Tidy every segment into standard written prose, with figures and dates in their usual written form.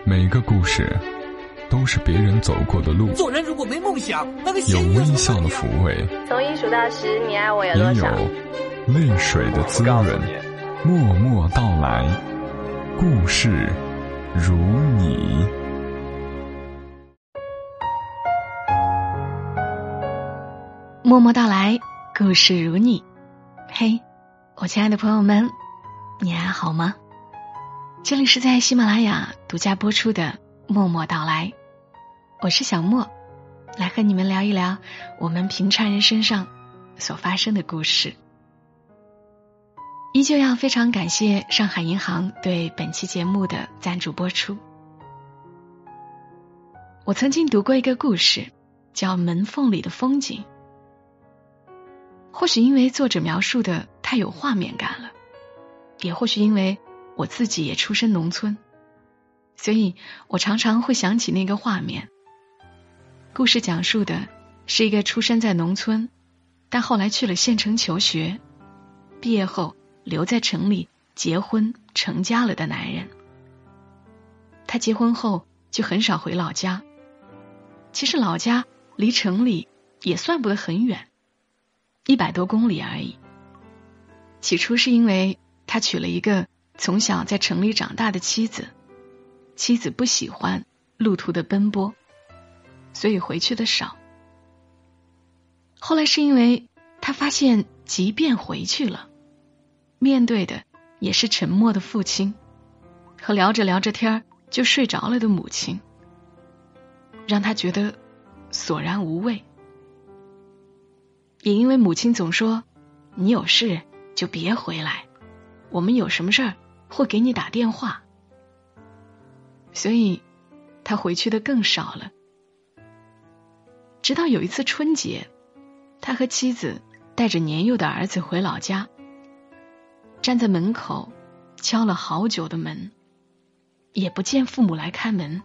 每个故事都是别人走过的路， 做人如果没梦想，那个有微笑的抚慰， 从1数到10，你爱我有多少？ 也有泪水的滋润。默默到来，故事如你。 默默到来，故事如你。嘿，我亲爱的朋友们，你还好吗？这里是在喜马拉雅独家播出的默默到来，我是小莫，来和你们聊一聊我们平常人身上所发生的故事。依旧要非常感谢上海银行对本期节目的赞助播出。我曾经读过一个故事，叫《门缝里的风景》。或许因为作者描述的太有画面感了，也或许因为我自己也出身农村，所以我常常会想起那个画面。故事讲述的是一个出生在农村，但后来去了县城求学，毕业后留在城里结婚成家了的男人。他结婚后就很少回老家，其实老家离城里也算不得很远，100多公里而已。起初是因为他娶了一个从小在城里长大的妻子，妻子不喜欢路途的奔波，所以回去的少。后来是因为他发现即便回去了，面对的也是沉默的父亲和聊着聊着天就睡着了的母亲，让他觉得索然无味。也因为母亲总说，你有事就别回来，我们有什么事儿会给你打电话，所以他回去的更少了。直到有一次春节，他和妻子带着年幼的儿子回老家，站在门口敲了好久的门，也不见父母来开门。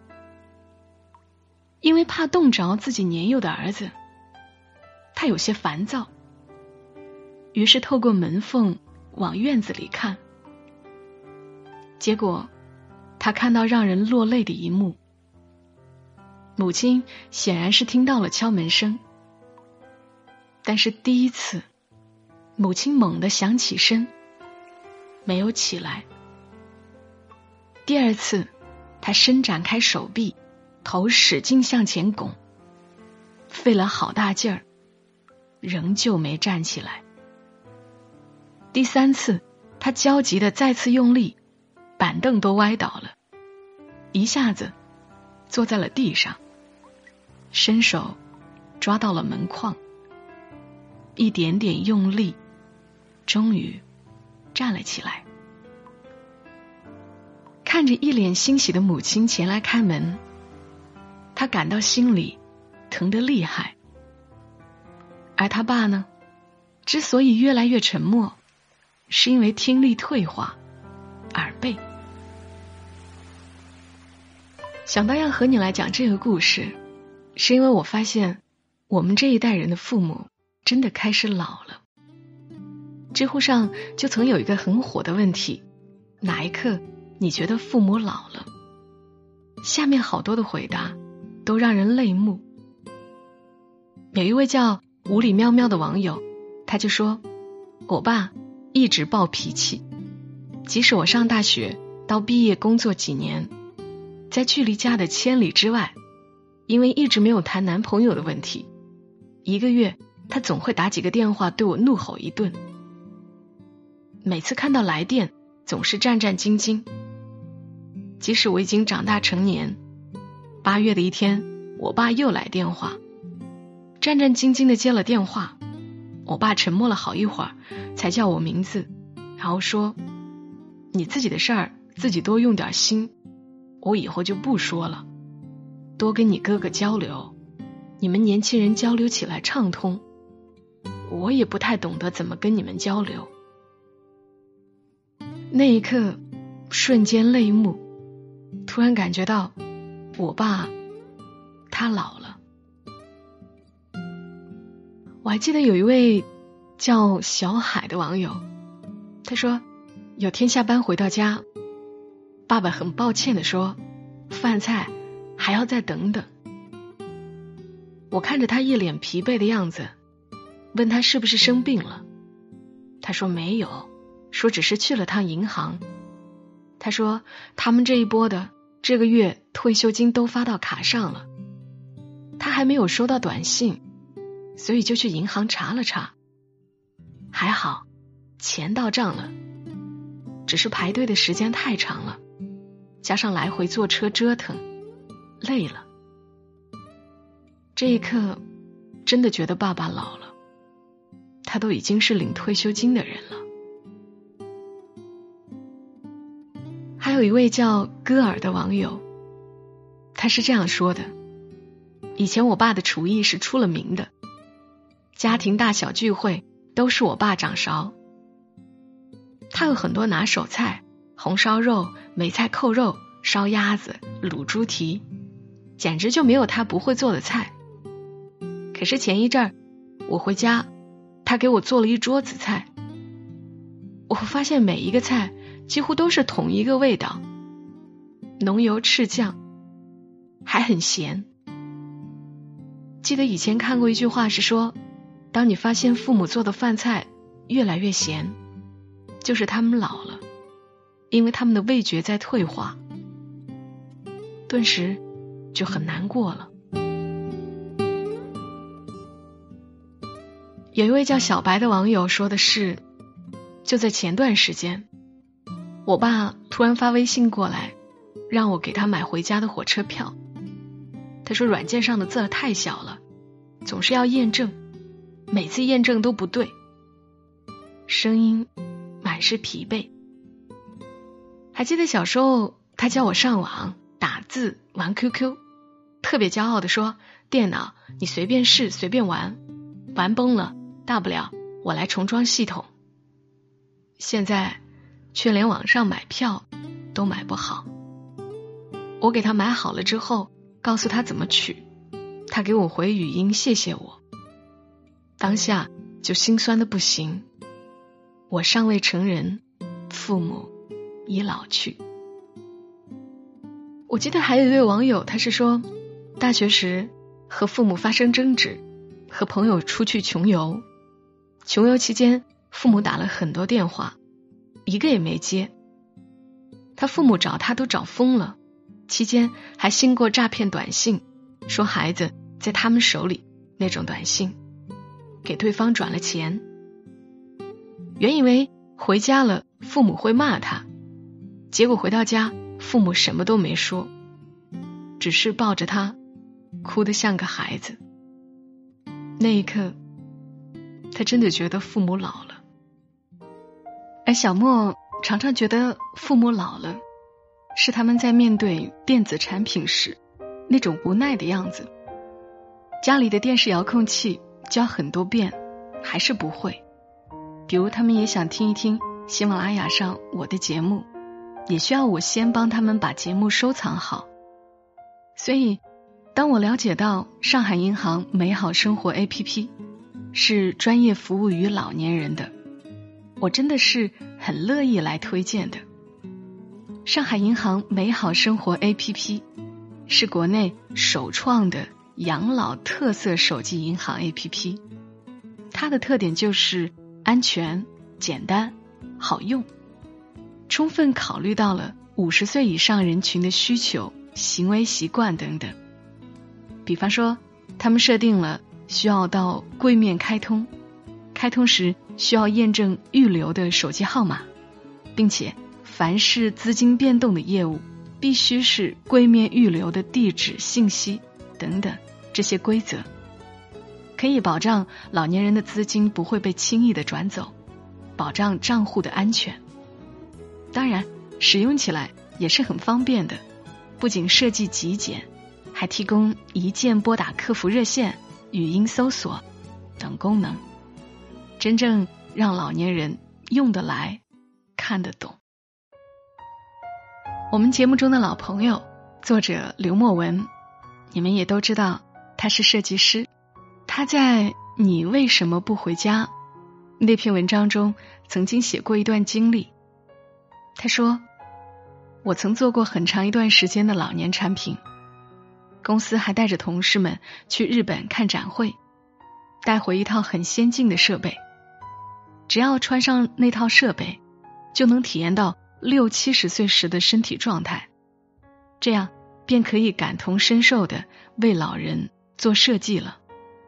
因为怕冻着自己年幼的儿子，他有些烦躁，于是透过门缝往院子里看。结果他看到让人落泪的一幕，母亲显然是听到了敲门声，但是第一次母亲猛地想起身，没有起来。第二次她伸展开手臂，头使劲向前拱，费了好大劲儿，仍旧没站起来。第三次她焦急地再次用力，板凳都歪倒了，一下子坐在了地上，伸手抓到了门框，一点点用力，终于站了起来。看着一脸欣喜的母亲前来开门，他感到心里疼得厉害。而他爸呢，之所以越来越沉默，是因为听力退化，耳背。想到要和你来讲这个故事，是因为我发现我们这一代人的父母真的开始老了。知乎上就曾有一个很火的问题，哪一刻你觉得父母老了？下面好多的回答都让人泪目。有一位叫无理喵喵的网友，他就说，我爸一直暴脾气，即使我上大学到毕业工作几年，在距离家的千里之外，因为一直没有谈男朋友的问题，1个月他总会打几个电话对我怒吼一顿。每次看到来电总是战战兢兢，即使我已经长大成年，8月的一天我爸又来电话，战战兢兢地接了电话，我爸沉默了好一会儿才叫我名字，然后说，你自己的事儿自己多用点心，我以后就不说了，多跟你哥哥交流，你们年轻人交流起来畅通，我也不太懂得怎么跟你们交流。那一刻瞬间泪目，突然感觉到我爸他老了。我还记得有一位叫小海的网友，他说有天下班回到家，爸爸很抱歉地说， 饭菜还要再等等。我看着他一脸疲惫的样子，问他是不是生病了。他说没有，说只是去了趟银行。他说他们这一波的这个月退休金都发到卡上了，他还没有收到短信，所以就去银行查了查，还好钱到账了，只是排队的时间太长了，加上来回坐车折腾，累了。这一刻真的觉得爸爸老了，他都已经是领退休金的人了。还有一位叫戈尔的网友，他是这样说的：以前我爸的厨艺是出了名的，家庭大小聚会都是我爸掌勺。他有很多拿手菜，红烧肉、梅菜扣肉、烧鸭子、卤猪蹄，简直就没有他不会做的菜。可是前一阵儿我回家，他给我做了一桌子菜，我发现每一个菜几乎都是同一个味道，浓油赤酱，还很咸。记得以前看过一句话是说，当你发现父母做的饭菜越来越咸，就是他们老了，因为他们的味觉在退化。顿时就很难过了。有一位叫小白的网友说的是，就在前段时间，我爸突然发微信过来，让我给他买回家的火车票。他说软件上的字太小了，总是要验证，每次验证都不对，声音满是疲惫。还记得小时候他教我上网打字玩 QQ， 特别骄傲地说，电脑你随便试随便玩，玩崩了大不了我来重装系统。现在却连网上买票都买不好。我给他买好了之后，告诉他怎么取，他给我回语音谢谢我，当下就心酸的不行。我尚未成人，父母已老去。我记得还有一位网友，他是说，大学时和父母发生争执，和朋友出去穷游，穷游期间父母打了很多电话，一个也没接。他父母找他都找疯了，期间还信过诈骗短信，说孩子在他们手里那种短信，给对方转了钱。原以为回家了父母会骂他，结果回到家父母什么都没说，只是抱着他哭得像个孩子。那一刻他真的觉得父母老了。而小莫常常觉得父母老了是他们在面对电子产品时那种无奈的样子。家里的电视遥控器教很多遍还是不会，比如他们也想听一听喜马拉雅上我的节目，也需要我先帮他们把节目收藏好。所以当我了解到上海银行美好生活 APP 是专业服务于老年人的，我真的是很乐意来推荐的。上海银行美好生活 APP 是国内首创的养老特色手机银行 APP， 它的特点就是安全、简单、好用，充分考虑到了50岁以上人群的需求、行为习惯等等。比方说，他们设定了需要到柜面开通，开通时需要验证预留的手机号码，并且凡是资金变动的业务必须是柜面预留的地址信息等等这些规则，可以保障老年人的资金不会被轻易的转走，保障账户的安全。当然使用起来也是很方便的，不仅设计极简，还提供一键拨打客服热线、语音搜索等功能，真正让老年人用得来、看得懂。我们节目中的老朋友作者刘墨文，你们也都知道他是设计师。他在《你为什么不回家》那篇文章中曾经写过一段经历。他说， 我曾做过很长一段时间的老年产品，公司还带着同事们去日本看展会，带回一套很先进的设备，只要穿上那套设备，就能体验到60-70岁时的身体状态，这样便可以感同身受地为老人做设计了。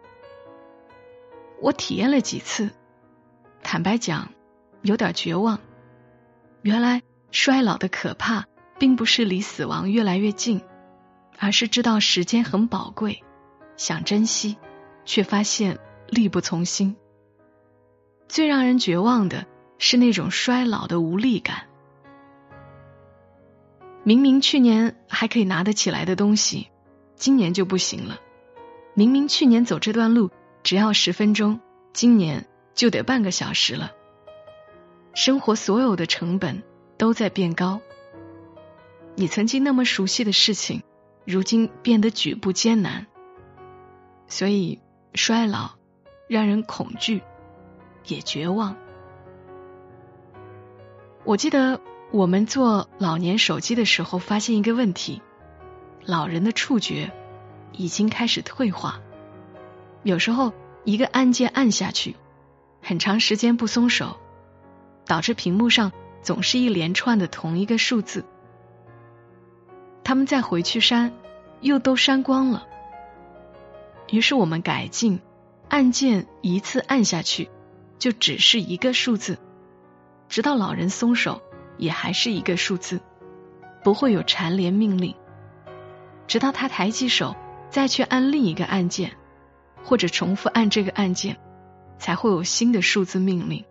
我体验了几次，坦白讲，有点绝望。原来衰老的可怕，并不是离死亡越来越近，而是知道时间很宝贵，想珍惜，却发现力不从心。最让人绝望的是那种衰老的无力感。明明去年还可以拿得起来的东西，今年就不行了。明明去年走这段路只要10分钟，今年就得半个小时了。生活所有的成本都在变高，你曾经那么熟悉的事情，如今变得举步艰难。所以衰老让人恐惧，也绝望。我记得我们做老年手机的时候发现一个问题，老人的触觉已经开始退化，有时候一个按键按下去，很长时间不松手，导致屏幕上总是一连串的同一个数字。他们再回去删，又都删光了。于是我们改进，按键一次按下去，就只是一个数字，直到老人松手，也还是一个数字，不会有缠连命令。直到他抬起手，再去按另一个按键，或者重复按这个按键，才会有新的数字命令。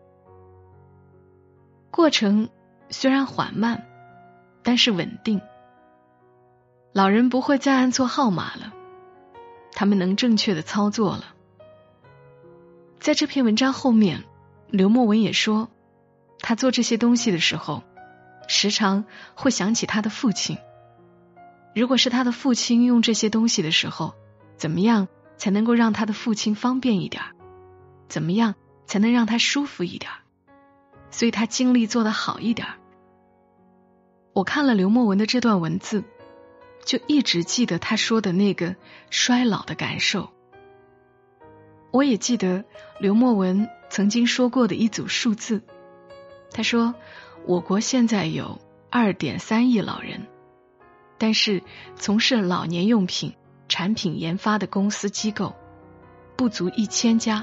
过程虽然缓慢，但是稳定。老人不会再按错号码了，他们能正确的操作了。在这篇文章后面，刘墨文也说，他做这些东西的时候，时常会想起他的父亲。如果是他的父亲用这些东西的时候，怎么样才能够让他的父亲方便一点？怎么样才能让他舒服一点？所以他尽力做得好一点。我看了刘墨文的这段文字，就一直记得他说的那个衰老的感受。我也记得刘墨文曾经说过的一组数字，他说我国现在有 2.3 亿老人，但是从事老年用品产品研发的公司机构不足1000家。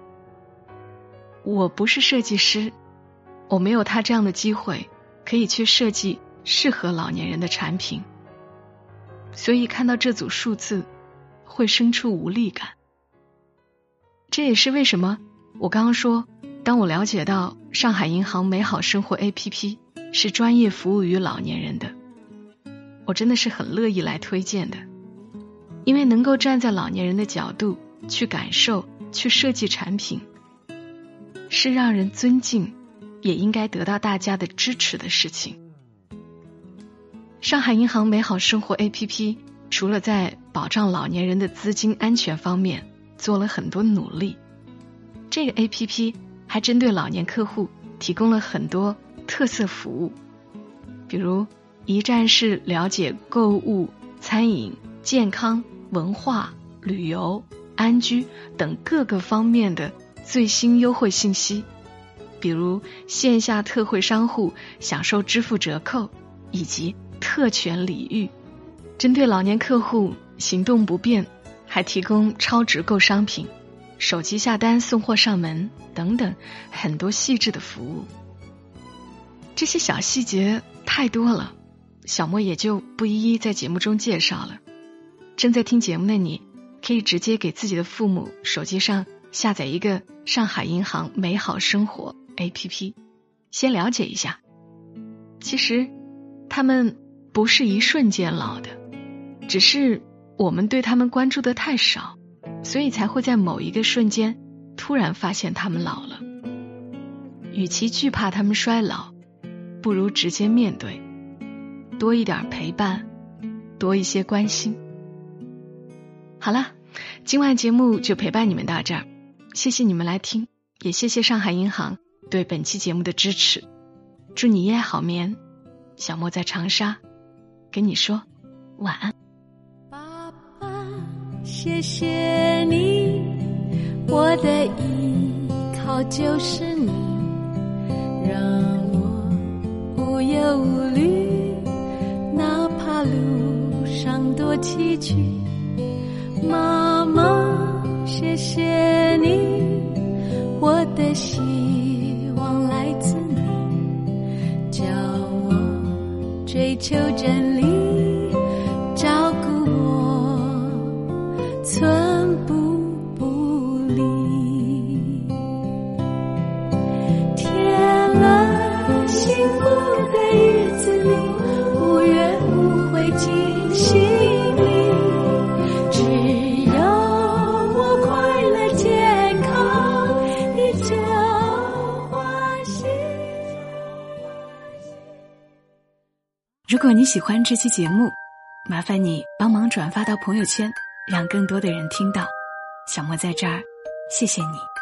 我不是设计师，我没有他这样的机会可以去设计适合老年人的产品，所以看到这组数字会生出无力感。这也是为什么我刚刚说，当我了解到上海银行美好生活 APP 是专业服务于老年人的，我真的是很乐意来推荐的。因为能够站在老年人的角度去感受，去设计产品，是让人尊敬，也应该得到大家的支持的事情。上海银行美好生活 APP 除了在保障老年人的资金安全方面做了很多努力，这个 APP 还针对老年客户提供了很多特色服务，比如一站式了解购物、餐饮、健康、文化、旅游、安居等各个方面的最新优惠信息，比如线下特惠商户享受支付折扣以及特权礼遇。针对老年客户行动不便，还提供超值购商品、手机下单送货上门等等很多细致的服务。这些小细节太多了，小莫也就不一一在节目中介绍了。正在听节目的你，可以直接给自己的父母手机上下载一个上海银行美好生活 APP， 先了解一下。其实他们不是一瞬间老的，只是我们对他们关注的太少，所以才会在某一个瞬间突然发现他们老了。与其惧怕他们衰老，不如直接面对，多一点陪伴，多一些关心。好了，今晚节目就陪伴你们到这儿，谢谢你们来听，也谢谢上海银行对本期节目的支持。祝你夜好眠， 小莫在长沙跟你说晚安。 爸爸，谢谢你，我的依靠就是你，让我无忧无虑，哪怕路上多崎岖。妈妈，谢谢你，我的希望来自你，叫我追求真理，照顾我寸步不离。甜了幸福的日子里，无怨无悔进心里，只要我快乐健康，你就欢喜。 如果你喜欢这期节目，麻烦你帮忙转发到朋友圈，让更多的人听到。小莫在这儿，谢谢你。